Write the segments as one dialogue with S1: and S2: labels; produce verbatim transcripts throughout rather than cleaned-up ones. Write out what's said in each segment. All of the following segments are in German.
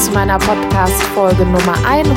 S1: zu meiner Podcast-Folge Nummer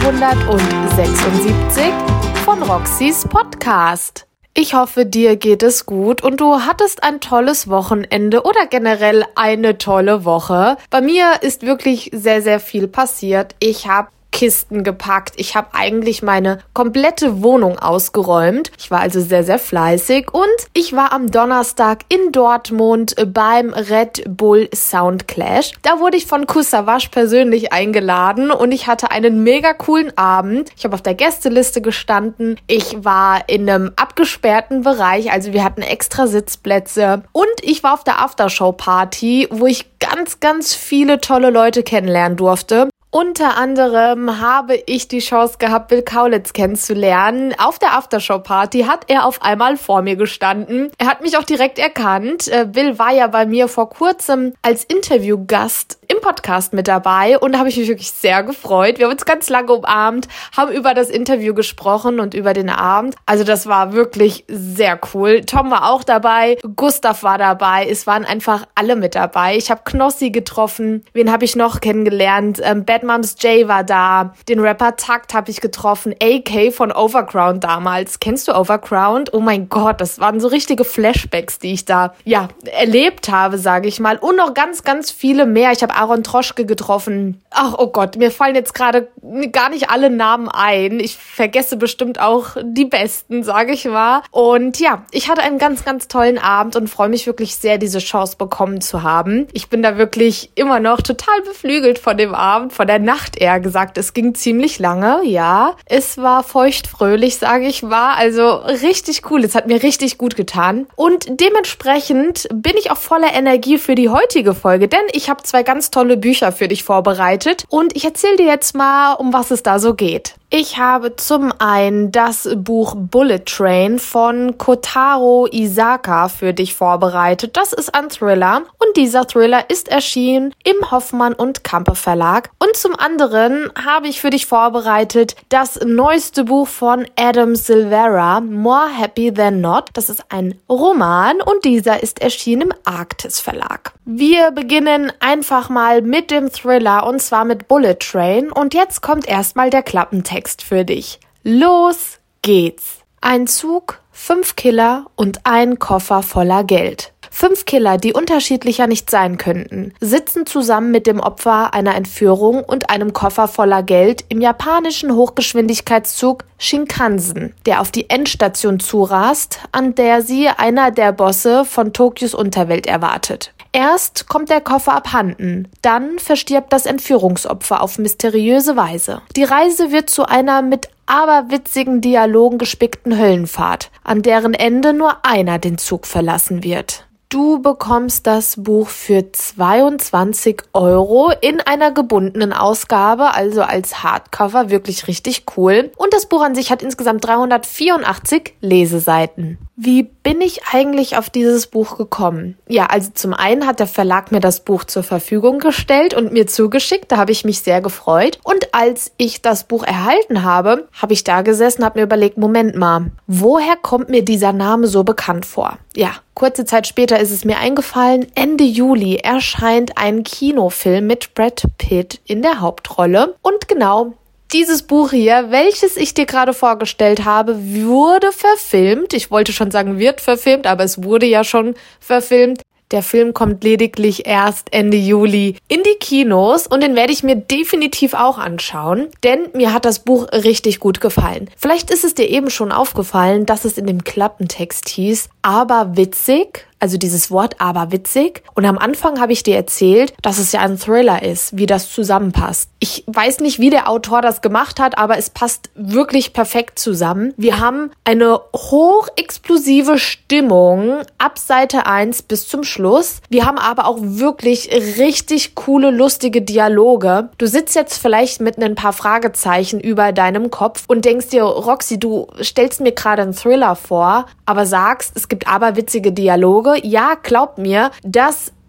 S1: hundertsechsundsiebzig von Roxys Podcast. Ich hoffe, dir geht es gut und du hattest ein tolles Wochenende oder generell eine tolle Woche. Bei mir ist wirklich sehr, sehr viel passiert. Ich habe Kisten gepackt. Ich habe eigentlich meine komplette Wohnung ausgeräumt. Ich war also sehr, sehr fleißig und ich war am Donnerstag in Dortmund beim Red Bull Soundclash. Da wurde ich von Koos Savas persönlich eingeladen und ich hatte einen mega coolen Abend. Ich habe auf der Gästeliste gestanden. Ich war in einem abgesperrten Bereich, also wir hatten extra Sitzplätze und ich war auf der Aftershow-Party, wo ich ganz, ganz viele tolle Leute kennenlernen durfte. Unter anderem habe ich die Chance gehabt, Bill Kaulitz kennenzulernen. Auf der Aftershow-Party hat er auf einmal vor mir gestanden. Er hat mich auch direkt erkannt. Bill war ja bei mir vor kurzem als Interviewgast im Podcast mit dabei und da habe ich mich wirklich sehr gefreut. Wir haben uns ganz lange umarmt, haben über das Interview gesprochen und über den Abend. Also das war wirklich sehr cool. Tom war auch dabei, Gustav war dabei, es waren einfach alle mit dabei. Ich habe Knossi getroffen. Wen habe ich noch kennengelernt? Ähm, Bad Moms J war da, den Rapper Takt habe ich getroffen, A K von Overground damals. Kennst du Overground? Oh mein Gott, das waren so richtige Flashbacks, die ich da ja erlebt habe, sage ich mal. Und noch ganz, ganz viele mehr. Ich habe Aaron Troschke getroffen. Ach, oh Gott, mir fallen jetzt gerade gar nicht alle Namen ein. Ich vergesse bestimmt auch die besten, sage ich mal. Und ja, ich hatte einen ganz, ganz tollen Abend und freue mich wirklich sehr, diese Chance bekommen zu haben. Ich bin da wirklich immer noch total beflügelt von dem Abend, von der Nacht eher gesagt. Es ging ziemlich lange, ja. Es war feuchtfröhlich, sage ich mal. Also richtig cool. Es hat mir richtig gut getan. Und dementsprechend bin ich auch voller Energie für die heutige Folge, denn ich habe zwei ganz tolle Bücher für dich vorbereitet. Und ich erzähle dir jetzt mal, um was es da so geht. Ich habe zum einen das Buch Bullet Train von Kotaro Isaka für dich vorbereitet. Das ist ein Thriller und dieser Thriller ist erschienen im Hoffmann und Campe Verlag. Und zum anderen habe ich für dich vorbereitet das neueste Buch von Adam Silvera, More Happy Than Not. Das ist ein Roman und dieser ist erschienen im Arktis Verlag. Wir beginnen einfach mal mit dem Thriller und zwar mit Bullet Train und jetzt kommt erstmal der Klappentext für dich. Los geht's. Ein Zug, fünf Killer und ein Koffer voller Geld. Fünf Killer, die unterschiedlicher nicht sein könnten, sitzen zusammen mit dem Opfer einer Entführung und einem Koffer voller Geld im japanischen Hochgeschwindigkeitszug Shinkansen, der auf die Endstation zurast, an der sie einer der Bosse von Tokios Unterwelt erwartet. Erst kommt der Koffer abhanden, dann verstirbt das Entführungsopfer auf mysteriöse Weise. Die Reise wird zu einer mit aberwitzigen Dialogen gespickten Höllenfahrt, an deren Ende nur einer den Zug verlassen wird. Du bekommst das Buch für zweiundzwanzig Euro in einer gebundenen Ausgabe, also als Hardcover, wirklich richtig cool. Und das Buch an sich hat insgesamt dreihundertvierundachtzig Leseseiten. Wie bin ich eigentlich auf dieses Buch gekommen? Ja, also zum einen hat der Verlag mir das Buch zur Verfügung gestellt und mir zugeschickt, da habe ich mich sehr gefreut. Und als ich das Buch erhalten habe, habe ich da gesessen, habe mir überlegt, Moment mal, woher kommt mir dieser Name so bekannt vor? Ja, kurze Zeit später ist es mir eingefallen, Ende Juli erscheint ein Kinofilm mit Brad Pitt in der Hauptrolle und genau dieses Buch hier, welches ich dir gerade vorgestellt habe, wurde verfilmt. Ich wollte schon sagen, wird verfilmt, aber es wurde ja schon verfilmt. Der Film kommt lediglich erst Ende Juli in die Kinos und den werde ich mir definitiv auch anschauen, denn mir hat das Buch richtig gut gefallen. Vielleicht ist es dir eben schon aufgefallen, dass es in dem Klappentext hieß, aber witzig, also dieses Wort aber witzig. Und am Anfang habe ich dir erzählt, dass es ja ein Thriller ist, wie das zusammenpasst. Ich weiß nicht, wie der Autor das gemacht hat, aber es passt wirklich perfekt zusammen. Wir haben eine hochexplosive Stimmung ab Seite eins bis zum Schluss. Wir haben aber auch wirklich richtig coole, lustige Dialoge. Du sitzt jetzt vielleicht mit ein paar Fragezeichen über deinem Kopf und denkst dir, Roxy, du stellst mir gerade einen Thriller vor, aber sagst, es gibt aber witzige Dialoge. Ja, glaub mir, das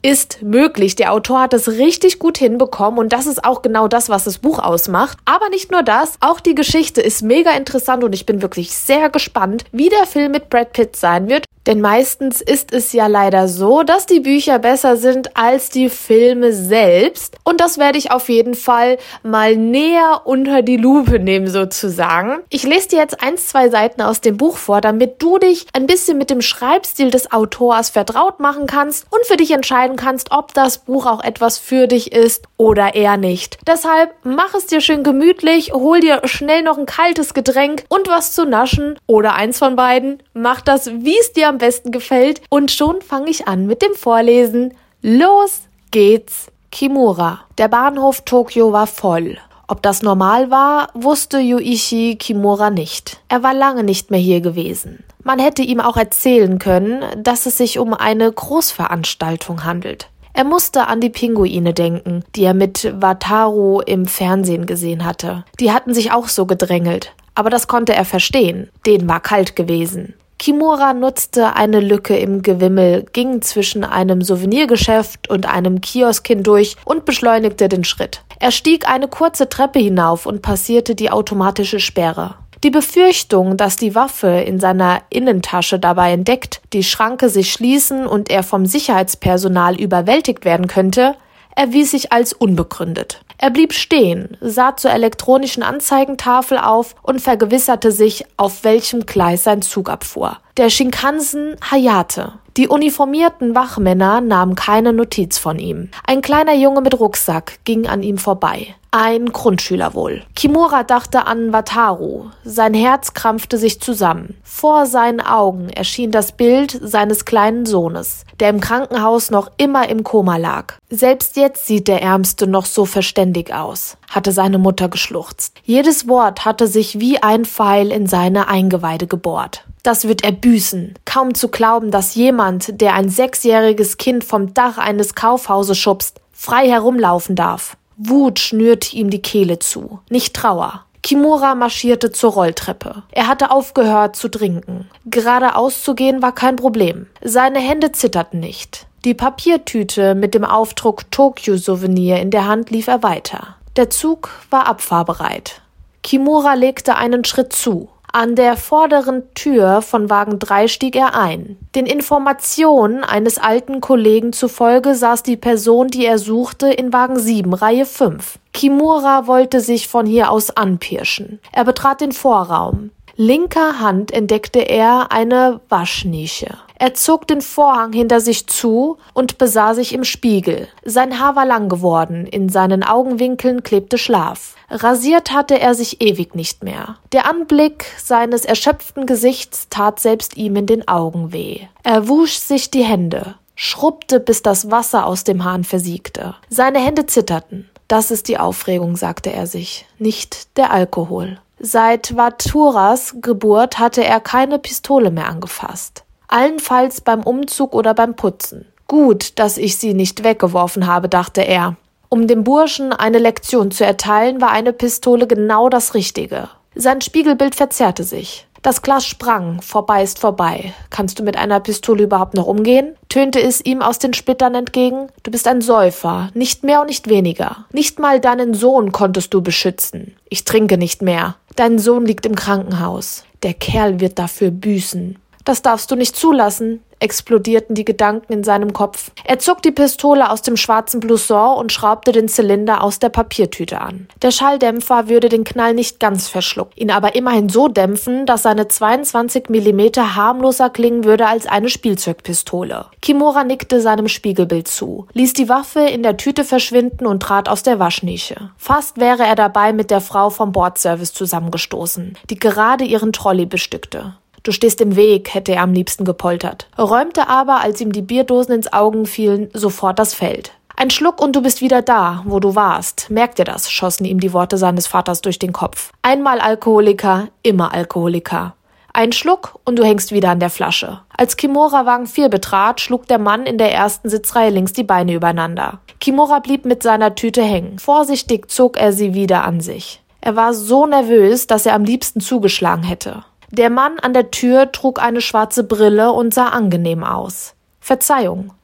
S1: ist möglich. Der Autor hat es richtig gut hinbekommen und das ist auch genau das, was das Buch ausmacht. Aber nicht nur das, auch die Geschichte ist mega interessant und ich bin wirklich sehr gespannt, wie der Film mit Brad Pitt sein wird. Denn meistens ist es ja leider so, dass die Bücher besser sind als die Filme selbst. Und das werde ich auf jeden Fall mal näher unter die Lupe nehmen sozusagen. Ich lese dir jetzt ein, zwei Seiten aus dem Buch vor, damit du dich ein bisschen mit dem Schreibstil des Autors vertraut machen kannst und für dich entscheiden kannst, ob das Buch auch etwas für dich ist oder eher nicht. Deshalb mach es dir schön gemütlich, hol dir schnell noch ein kaltes Getränk und was zu naschen oder eins von beiden. Mach das, wie es dir am besten gefällt und schon fange ich an mit dem Vorlesen. Los geht's! Kimura. Der Bahnhof Tokio war voll. Ob das normal war, wusste Yuichi Kimura nicht. Er war lange nicht mehr hier gewesen. Man hätte ihm auch erzählen können, dass es sich um eine Großveranstaltung handelt. Er musste an die Pinguine denken, die er mit Wataru im Fernsehen gesehen hatte. Die hatten sich auch so gedrängelt. Aber das konnte er verstehen. Denen war kalt gewesen. Kimura nutzte eine Lücke im Gewimmel, ging zwischen einem Souvenirgeschäft und einem Kiosk hindurch und beschleunigte den Schritt. Er stieg eine kurze Treppe hinauf und passierte die automatische Sperre. Die Befürchtung, dass die Waffe in seiner Innentasche dabei entdeckt, die Schranke sich schließen und er vom Sicherheitspersonal überwältigt werden könnte, erwies sich als unbegründet. Er blieb stehen, sah zur elektronischen Anzeigentafel auf und vergewisserte sich, auf welchem Gleis sein Zug abfuhr. Der Shinkansen Hayate. Die uniformierten Wachmänner nahmen keine Notiz von ihm. Ein kleiner Junge mit Rucksack ging an ihm vorbei. Ein Grundschüler wohl. Kimura dachte an Wataru. Sein Herz krampfte sich zusammen. Vor seinen Augen erschien das Bild seines kleinen Sohnes, der im Krankenhaus noch immer im Koma lag. Selbst jetzt sieht der Ärmste noch so verständig aus, hatte seine Mutter geschluchzt. Jedes Wort hatte sich wie ein Pfeil in seine Eingeweide gebohrt. Das wird er büßen. Kaum zu glauben, dass jemand, der ein sechsjähriges Kind vom Dach eines Kaufhauses schubst, frei herumlaufen darf. Wut schnürte ihm die Kehle zu, nicht Trauer. Kimura marschierte zur Rolltreppe. Er hatte aufgehört zu trinken. Geradeaus zu gehen war kein Problem. Seine Hände zitterten nicht. Die Papiertüte mit dem Aufdruck Tokio-Souvenir in der Hand lief er weiter. Der Zug war abfahrbereit. Kimura legte einen Schritt zu. An der vorderen Tür von Wagen drei stieg er ein. Den Informationen eines alten Kollegen zufolge saß die Person, die er suchte, in Wagen sieben, Reihe fünf. Kimura wollte sich von hier aus anpirschen. Er betrat den Vorraum. Linker Hand entdeckte er eine Waschnische. Er zog den Vorhang hinter sich zu und besah sich im Spiegel. Sein Haar war lang geworden, in seinen Augenwinkeln klebte Schlaf. Rasiert hatte er sich ewig nicht mehr. Der Anblick seines erschöpften Gesichts tat selbst ihm in den Augen weh. Er wusch sich die Hände, schrubbte, bis das Wasser aus dem Hahn versiegte. Seine Hände zitterten. Das ist die Aufregung, sagte er sich, nicht der Alkohol. Seit Waturas Geburt hatte er keine Pistole mehr angefasst. Allenfalls beim Umzug oder beim Putzen. Gut, dass ich sie nicht weggeworfen habe, dachte er. Um dem Burschen eine Lektion zu erteilen, war eine Pistole genau das Richtige. Sein Spiegelbild verzerrte sich. Das Glas sprang, vorbei ist vorbei. Kannst du mit einer Pistole überhaupt noch umgehen? Tönte es ihm aus den Splittern entgegen. Du bist ein Säufer, nicht mehr und nicht weniger. Nicht mal deinen Sohn konntest du beschützen. Ich trinke nicht mehr. Dein Sohn liegt im Krankenhaus. Der Kerl wird dafür büßen. Das darfst du nicht zulassen, explodierten die Gedanken in seinem Kopf. Er zog die Pistole aus dem schwarzen Blouson und schraubte den Zylinder aus der Papiertüte an. Der Schalldämpfer würde den Knall nicht ganz verschlucken, ihn aber immerhin so dämpfen, dass seine zweiundzwanzig Millimeter harmloser klingen würde als eine Spielzeugpistole. Kimura nickte seinem Spiegelbild zu, ließ die Waffe in der Tüte verschwinden und trat aus der Waschnische. Fast wäre er dabei mit der Frau vom Bordservice zusammengestoßen, die gerade ihren Trolley bestückte. Du stehst im Weg, hätte er am liebsten gepoltert, räumte aber, als ihm die Bierdosen ins Auge fielen, sofort das Feld. Ein Schluck und du bist wieder da, wo du warst. Merk dir das, schossen ihm die Worte seines Vaters durch den Kopf. Einmal Alkoholiker, immer Alkoholiker. Ein Schluck und du hängst wieder an der Flasche. Als Kimura Wagen vier betrat, schlug der Mann in der ersten Sitzreihe links die Beine übereinander. Kimura blieb mit seiner Tüte hängen. Vorsichtig zog er sie wieder an sich. Er war so nervös, dass er am liebsten zugeschlagen hätte. Der Mann an der Tür trug eine schwarze Brille und sah angenehm aus. Verzeihung,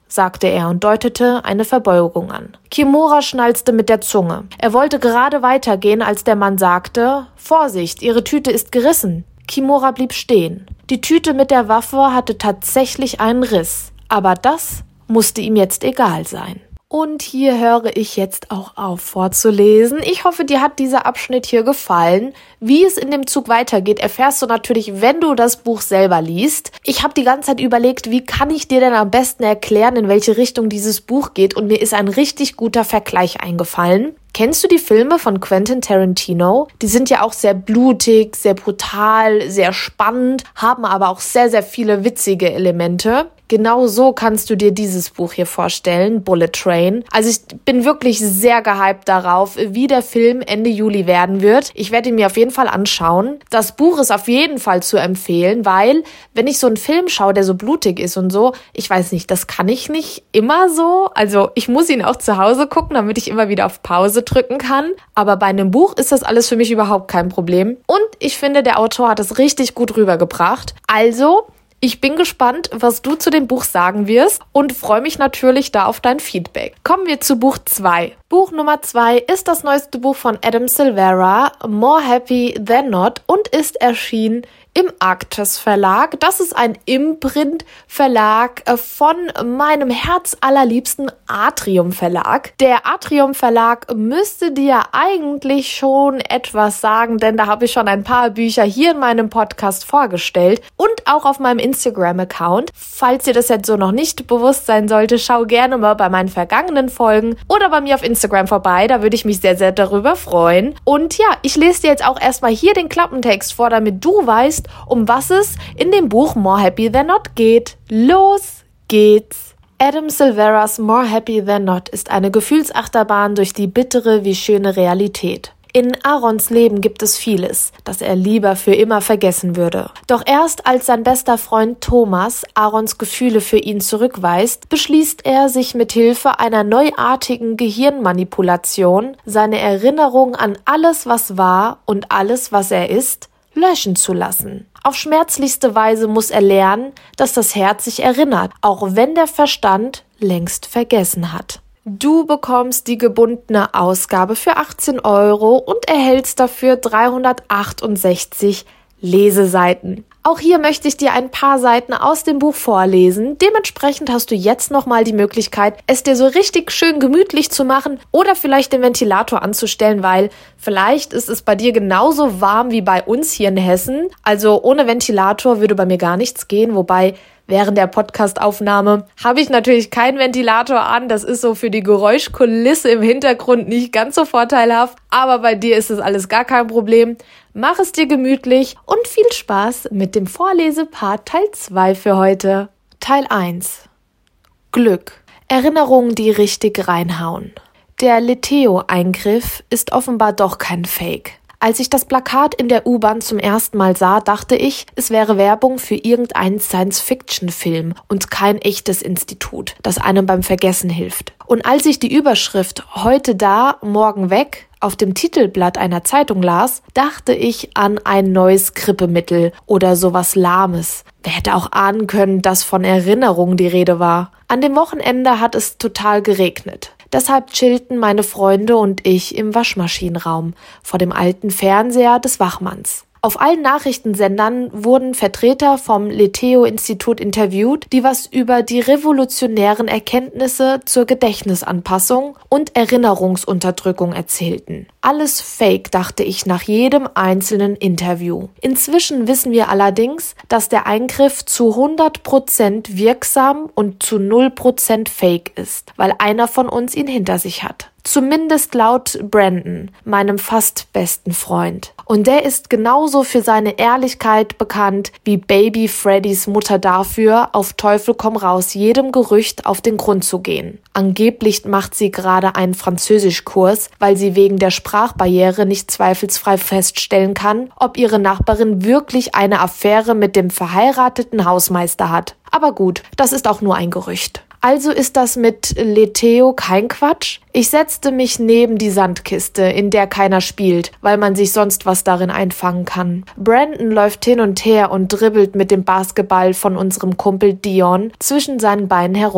S1: sagte er und deutete eine Verbeugung an. Kimura schnalzte mit der Zunge. Er wollte gerade weitergehen, als der Mann sagte, »Vorsicht, Ihre Tüte ist gerissen.« Kimura blieb stehen. Die Tüte mit der Waffe hatte tatsächlich einen Riss, aber das musste ihm jetzt egal sein. Und hier höre ich jetzt auch auf vorzulesen. Ich hoffe, dir hat dieser Abschnitt hier gefallen. Wie es in dem Zug weitergeht, erfährst du natürlich, wenn du das Buch selber liest. Ich habe die ganze Zeit überlegt, wie kann ich dir denn am besten erklären, in welche Richtung dieses Buch geht, und mir ist ein richtig guter Vergleich eingefallen. Kennst du die Filme von Quentin Tarantino? Die sind ja auch sehr blutig, sehr brutal, sehr spannend, haben aber auch sehr, sehr viele witzige Elemente. Genau so kannst du dir dieses Buch hier vorstellen, Bullet Train. Also ich bin wirklich sehr gehypt darauf, wie der Film Ende Juli werden wird. Ich werde ihn mir auf jeden Fall anschauen. Das Buch ist auf jeden Fall zu empfehlen, weil wenn ich so einen Film schaue, der so blutig ist und so, ich weiß nicht, das kann ich nicht immer so. Also ich muss ihn auch zu Hause gucken, damit ich immer wieder auf Pause drücken kann. Aber bei einem Buch ist das alles für mich überhaupt kein Problem. Und ich finde, der Autor hat es richtig gut rübergebracht. Also ich bin gespannt, was du zu dem Buch sagen wirst und freue mich natürlich da auf dein Feedback. Kommen wir zu Buch zwei. Buch Nummer zwei ist das neueste Buch von Adam Silvera, More Happy Than Not, und ist erschienen im Arktis Verlag. Das ist ein Imprint-Verlag von meinem herzallerliebsten Atrium Verlag. Der Atrium Verlag müsste dir eigentlich schon etwas sagen, denn da habe ich schon ein paar Bücher hier in meinem Podcast vorgestellt und auch auf meinem Instagram-Account. Falls dir das jetzt so noch nicht bewusst sein sollte, schau gerne mal bei meinen vergangenen Folgen oder bei mir auf Instagram vorbei. Da würde ich mich sehr, sehr darüber freuen. Und ja, ich lese dir jetzt auch erstmal hier den Klappentext vor, damit du weißt, um was es in dem Buch More Happy Than Not geht. Los geht's! Adam Silveras More Happy Than Not ist eine Gefühlsachterbahn durch die bittere wie schöne Realität. In Aarons Leben gibt es vieles, das er lieber für immer vergessen würde. Doch erst als sein bester Freund Thomas Aarons Gefühle für ihn zurückweist, beschließt er, sich mit Hilfe einer neuartigen Gehirnmanipulation seine Erinnerung an alles, was war und alles, was er ist, löschen zu lassen. Auf schmerzlichste Weise muss er lernen, dass das Herz sich erinnert, auch wenn der Verstand längst vergessen hat. Du bekommst die gebundene Ausgabe für achtzehn Euro und erhältst dafür dreihundertachtundsechzig Leseseiten. Auch hier möchte ich dir ein paar Seiten aus dem Buch vorlesen. Dementsprechend hast du jetzt nochmal die Möglichkeit, es dir so richtig schön gemütlich zu machen oder vielleicht den Ventilator anzustellen, weil vielleicht ist es bei dir genauso warm wie bei uns hier in Hessen. Also ohne Ventilator würde bei mir gar nichts gehen, wobei während der Podcastaufnahme habe ich natürlich keinen Ventilator an. Das ist so für die Geräuschkulisse im Hintergrund nicht ganz so vorteilhaft. Aber bei dir ist das alles gar kein Problem. Mach es dir gemütlich und viel Spaß mit dem Vorlesepart Teil zwei für heute. Teil eins. Glück. Erinnerungen, die richtig reinhauen. Der Leteo-Eingriff ist offenbar doch kein Fake. Als ich das Plakat in der U-Bahn zum ersten Mal sah, dachte ich, es wäre Werbung für irgendeinen Science-Fiction-Film und kein echtes Institut, das einem beim Vergessen hilft. Und als ich die Überschrift „Heute da, morgen weg“ auf dem Titelblatt einer Zeitung las, dachte ich an ein neues Grippemittel oder sowas Lahmes. Wer hätte auch ahnen können, dass von Erinnerungen die Rede war. An dem Wochenende hat es total geregnet. Deshalb chillten meine Freunde und ich im Waschmaschinenraum vor dem alten Fernseher des Wachmanns. Auf allen Nachrichtensendern wurden Vertreter vom Leteo-Institut interviewt, die was über die revolutionären Erkenntnisse zur Gedächtnisanpassung und Erinnerungsunterdrückung erzählten. Alles Fake, dachte ich nach jedem einzelnen Interview. Inzwischen wissen wir allerdings, dass der Eingriff zu hundert Prozent wirksam und zu null Prozent Fake ist, weil einer von uns ihn hinter sich hat. Zumindest laut Brandon, meinem fast besten Freund. Und der ist genauso für seine Ehrlichkeit bekannt wie Baby Freddys Mutter dafür, auf Teufel komm raus jedem Gerücht auf den Grund zu gehen. Angeblich macht sie gerade einen Französischkurs, weil sie wegen der Sprachbarriere nicht zweifelsfrei feststellen kann, ob ihre Nachbarin wirklich eine Affäre mit dem verheirateten Hausmeister hat. Aber gut, das ist auch nur ein Gerücht. Also ist das mit Leteo kein Quatsch? Ich setzte mich neben die Sandkiste, in der keiner spielt, weil man sich sonst was darin einfangen kann. Brandon läuft hin und her und dribbelt mit dem Basketball von unserem Kumpel Dion zwischen seinen Beinen herum.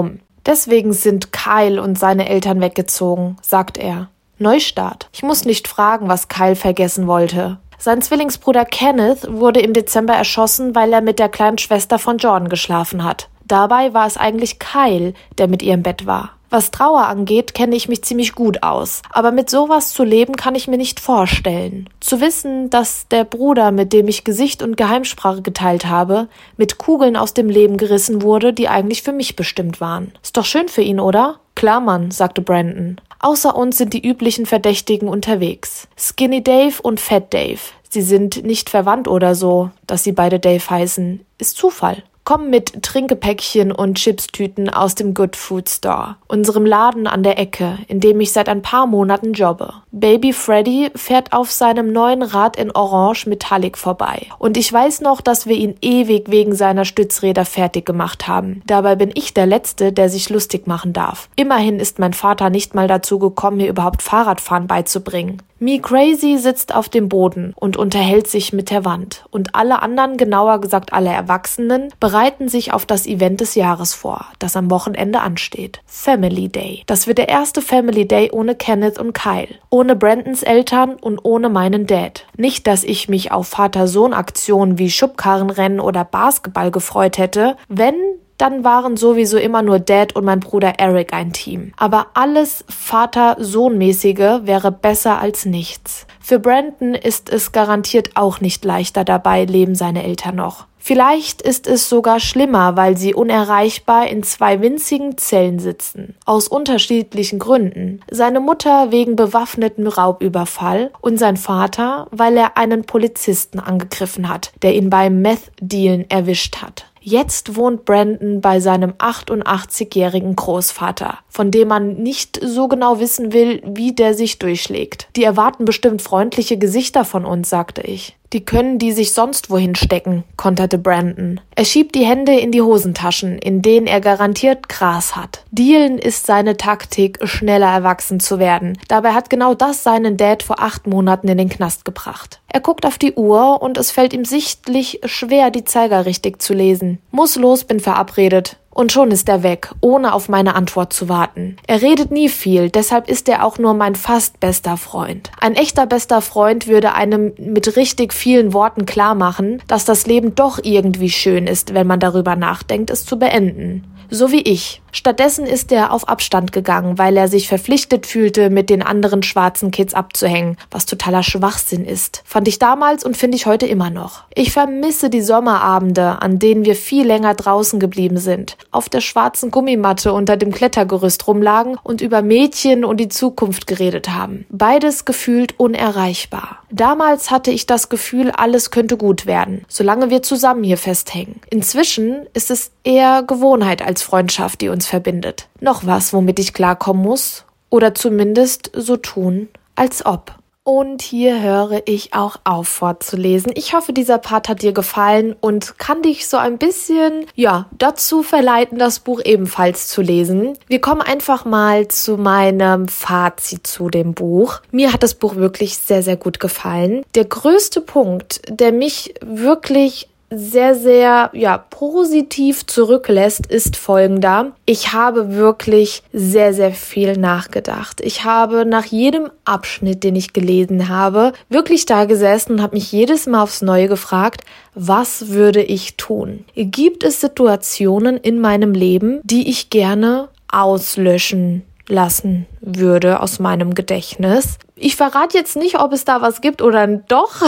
S1: Deswegen sind Kyle und seine Eltern weggezogen, sagt er. Neustart. Ich muss nicht fragen, was Kyle vergessen wollte. Sein Zwillingsbruder Kenneth wurde im Dezember erschossen, weil er mit der kleinen Schwester von Jordan geschlafen hat. Dabei war es eigentlich Kyle, der mit ihr im Bett war. Was Trauer angeht, kenne ich mich ziemlich gut aus. Aber mit sowas zu leben, kann ich mir nicht vorstellen. Zu wissen, dass der Bruder, mit dem ich Gesicht und Geheimsprache geteilt habe, mit Kugeln aus dem Leben gerissen wurde, die eigentlich für mich bestimmt waren. Ist doch schön für ihn, oder? Klar, Mann, sagte Brandon. Außer uns sind die üblichen Verdächtigen unterwegs. Skinny Dave und Fat Dave. Sie sind nicht verwandt oder so, dass sie beide Dave heißen. Ist Zufall. Kommen mit Trinkepäckchen und Chipstüten aus dem Good Food Store, unserem Laden an der Ecke, in dem ich seit ein paar Monaten jobbe. Baby Freddy fährt auf seinem neuen Rad in Orange Metallic vorbei. Und ich weiß noch, dass wir ihn ewig wegen seiner Stützräder fertig gemacht haben. Dabei bin ich der Letzte, der sich lustig machen darf. Immerhin ist mein Vater nicht mal dazu gekommen, mir überhaupt Fahrradfahren beizubringen. Me Crazy sitzt auf dem Boden und unterhält sich mit der Wand. Und alle anderen, genauer gesagt alle Erwachsenen, bereiten sich auf das Event des Jahres vor, das am Wochenende ansteht. Family Day. Das wird der erste Family Day ohne Kenneth und Kyle. Ohne Brandons Eltern und ohne meinen Dad. Nicht, dass ich mich auf Vater-Sohn-Aktionen wie Schubkarrenrennen oder Basketball gefreut hätte, wenn... Dann waren sowieso immer nur Dad und mein Bruder Eric ein Team. Aber alles Vater-Sohn-mäßige wäre besser als nichts. Für Brandon ist es garantiert auch nicht leichter, dabei leben seine Eltern noch. Vielleicht ist es sogar schlimmer, weil sie unerreichbar in zwei winzigen Zellen sitzen. Aus unterschiedlichen Gründen. Seine Mutter wegen bewaffnetem Raubüberfall und sein Vater, weil er einen Polizisten angegriffen hat, der ihn beim Meth-Dealen erwischt hat. Jetzt wohnt Brandon bei seinem achtundachtzigjährigen Großvater, von dem man nicht so genau wissen will, wie der sich durchschlägt. Die erwarten bestimmt freundliche Gesichter von uns, sagte ich. Die können die sich sonst wohin stecken, konterte Brandon. Er schiebt die Hände in die Hosentaschen, in denen er garantiert Gras hat. Dealen ist seine Taktik, schneller erwachsen zu werden. Dabei hat genau das seinen Dad vor acht Monaten in den Knast gebracht. Er guckt auf die Uhr und es fällt ihm sichtlich schwer, die Zeiger richtig zu lesen. Muss los, bin verabredet. Und schon ist er weg, ohne auf meine Antwort zu warten. Er redet nie viel, deshalb ist er auch nur mein fast bester Freund. Ein echter bester Freund würde einem mit richtig vielen Worten klar machen, dass das Leben doch irgendwie schön ist, wenn man darüber nachdenkt, es zu beenden. So wie ich. Stattdessen ist er auf Abstand gegangen, weil er sich verpflichtet fühlte, mit den anderen schwarzen Kids abzuhängen, was totaler Schwachsinn ist. Fand ich damals und finde ich heute immer noch. Ich vermisse die Sommerabende, an denen wir viel länger draußen geblieben sind, auf der schwarzen Gummimatte unter dem Klettergerüst rumlagen und über Mädchen und die Zukunft geredet haben. Beides gefühlt unerreichbar. Damals hatte ich das Gefühl, alles könnte gut werden, solange wir zusammen hier festhängen. Inzwischen ist es eher Gewohnheit als Freundschaft, die uns verbindet. Noch was, womit ich klarkommen muss? Oder zumindest so tun, als ob. Und hier höre ich auch auf vorzulesen. Ich hoffe, dieser Part hat dir gefallen und kann dich so ein bisschen, ja, dazu verleiten, das Buch ebenfalls zu lesen. Wir kommen einfach mal zu meinem Fazit zu dem Buch. Mir hat das Buch wirklich sehr, sehr gut gefallen. Der größte Punkt, der mich wirklich sehr, sehr, ja, positiv zurücklässt, ist folgender. Ich habe wirklich sehr, sehr viel nachgedacht. Ich habe nach jedem Abschnitt, den ich gelesen habe, wirklich da gesessen und habe mich jedes Mal aufs Neue gefragt, was würde ich tun? Gibt es Situationen in meinem Leben, die ich gerne auslöschen lassen würde aus meinem Gedächtnis? Ich verrate jetzt nicht, ob es da was gibt oder doch.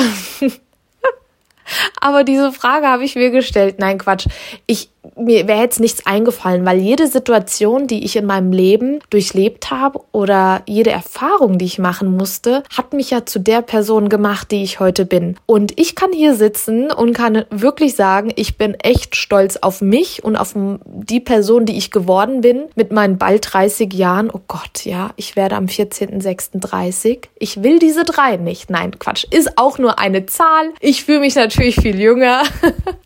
S1: Aber diese Frage habe ich mir gestellt. Nein, Quatsch. Ich, mir wäre jetzt nichts eingefallen, weil jede Situation, die ich in meinem Leben durchlebt habe oder jede Erfahrung, die ich machen musste, hat mich ja zu der Person gemacht, die ich heute bin. Und ich kann hier sitzen und kann wirklich sagen, ich bin echt stolz auf mich und auf die Person, die ich geworden bin mit meinen bald dreißig Jahren. Oh Gott, ja, ich werde am vierzehnten sechsten dreißig. Ich will diese drei nicht. Nein, Quatsch. Ist auch nur eine Zahl. Ich fühle mich natürlich viel jünger.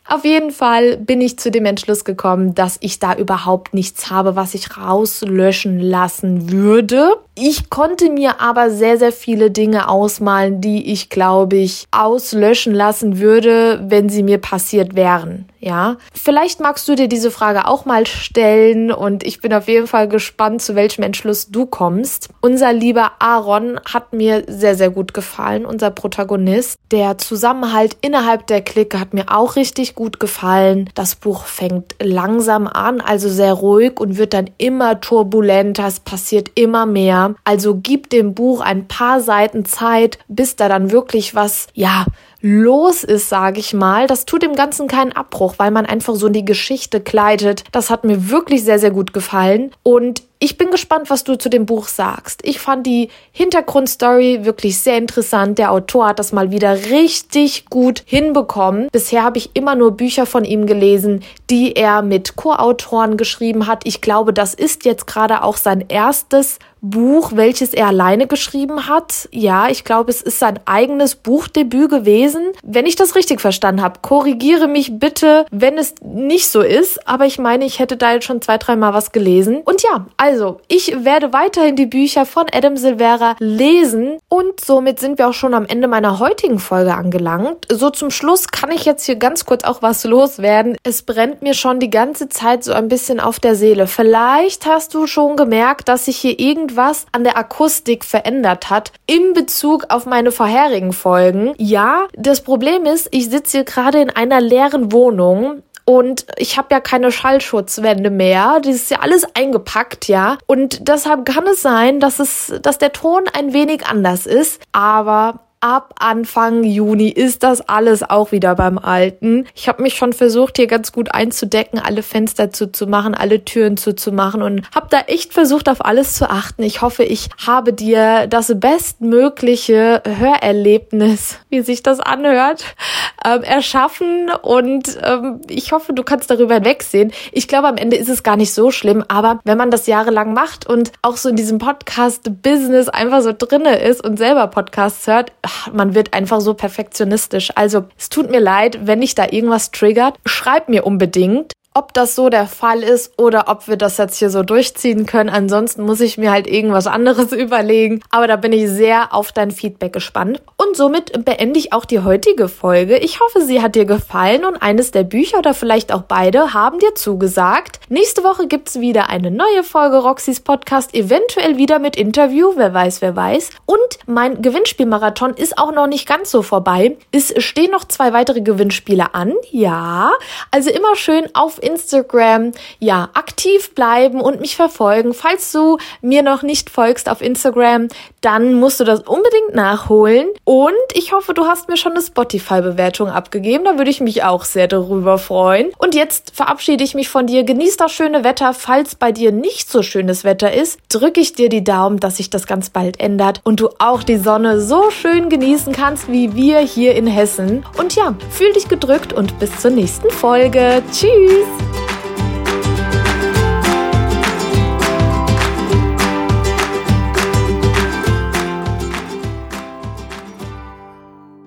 S1: Auf jeden Fall bin ich zu dem Entschluss gekommen, dass ich da überhaupt nichts habe, was ich rauslöschen lassen würde. Ich konnte mir aber sehr, sehr viele Dinge ausmalen, die ich, glaube ich, auslöschen lassen würde, wenn sie mir passiert wären. Ja, vielleicht magst du dir diese Frage auch mal stellen und ich bin auf jeden Fall gespannt, zu welchem Entschluss du kommst. Unser lieber Aaron hat mir sehr, sehr gut gefallen, unser Protagonist. Der Zusammenhalt innerhalb der Clique hat mir auch richtig gut gefallen. Das Buch fängt langsam an, also sehr ruhig und wird dann immer turbulenter, es passiert immer mehr. Also gib dem Buch ein paar Seiten Zeit, bis da dann wirklich was, ja, los ist, sage ich mal. Das tut dem Ganzen keinen Abbruch, weil man einfach so in die Geschichte gleitet. Das hat mir wirklich sehr, sehr gut gefallen und ich bin gespannt, was du zu dem Buch sagst. Ich fand die Hintergrundstory wirklich sehr interessant. Der Autor hat das mal wieder richtig gut hinbekommen. Bisher habe ich immer nur Bücher von ihm gelesen, die er mit Co-Autoren geschrieben hat. Ich glaube, das ist jetzt gerade auch sein erstes Buch, welches er alleine geschrieben hat. Ja, ich glaube, es ist sein eigenes Buchdebüt gewesen. Wenn ich das richtig verstanden habe, korrigiere mich bitte, wenn es nicht so ist. Aber ich meine, ich hätte da jetzt schon zwei, dreimal was gelesen. Und ja, also, ich werde weiterhin die Bücher von Adam Silvera lesen und somit sind wir auch schon am Ende meiner heutigen Folge angelangt. So zum Schluss kann ich jetzt hier ganz kurz auch was loswerden. Es brennt mir schon die ganze Zeit so ein bisschen auf der Seele. Vielleicht hast du schon gemerkt, dass sich hier irgendwas an der Akustik verändert hat in Bezug auf meine vorherigen Folgen. Ja, das Problem ist, ich sitze hier gerade in einer leeren Wohnung. Und ich habe ja keine Schallschutzwände mehr. Das ist ja alles eingepackt, ja. Und deshalb kann es sein, dass es, dass der Ton ein wenig anders ist. Aber ab Anfang Juni ist das alles auch wieder beim Alten. Ich habe mich schon versucht, hier ganz gut einzudecken, alle Fenster zuzumachen, alle Türen zuzumachen und habe da echt versucht, auf alles zu achten. Ich hoffe, ich habe dir das bestmögliche Hörerlebnis, wie sich das anhört, ähm, erschaffen und ähm, ich hoffe, du kannst darüber hinwegsehen. Ich glaube, am Ende ist es gar nicht so schlimm, aber wenn man das jahrelang macht und auch so in diesem Podcast-Business einfach so drinne ist und selber Podcasts hört, man wird einfach so perfektionistisch. Also es tut mir leid, wenn dich da irgendwas triggert. Schreib mir unbedingt, ob das so der Fall ist oder ob wir das jetzt hier so durchziehen können. Ansonsten muss ich mir halt irgendwas anderes überlegen. Aber da bin ich sehr auf dein Feedback gespannt. Und somit beende ich auch die heutige Folge. Ich hoffe, sie hat dir gefallen und eines der Bücher oder vielleicht auch beide haben dir zugesagt. Nächste Woche gibt's wieder eine neue Folge Roxys Podcast, eventuell wieder mit Interview, wer weiß, wer weiß. Und mein Gewinnspielmarathon ist auch noch nicht ganz so vorbei. Es stehen noch zwei weitere Gewinnspiele an, ja. Also immer schön auf Instagram, ja, aktiv bleiben und mich verfolgen. Falls du mir noch nicht folgst auf Instagram, dann musst du das unbedingt nachholen. Und ich hoffe, du hast mir schon eine Spotify-Bewertung abgegeben. Da würde ich mich auch sehr darüber freuen. Und jetzt verabschiede ich mich von dir. Genieß das schöne Wetter. Falls bei dir nicht so schönes Wetter ist, drücke ich dir die Daumen, dass sich das ganz bald ändert und du auch die Sonne so schön genießen kannst, wie wir hier in Hessen. Und ja, fühl dich gedrückt und bis zur nächsten Folge. Tschüss!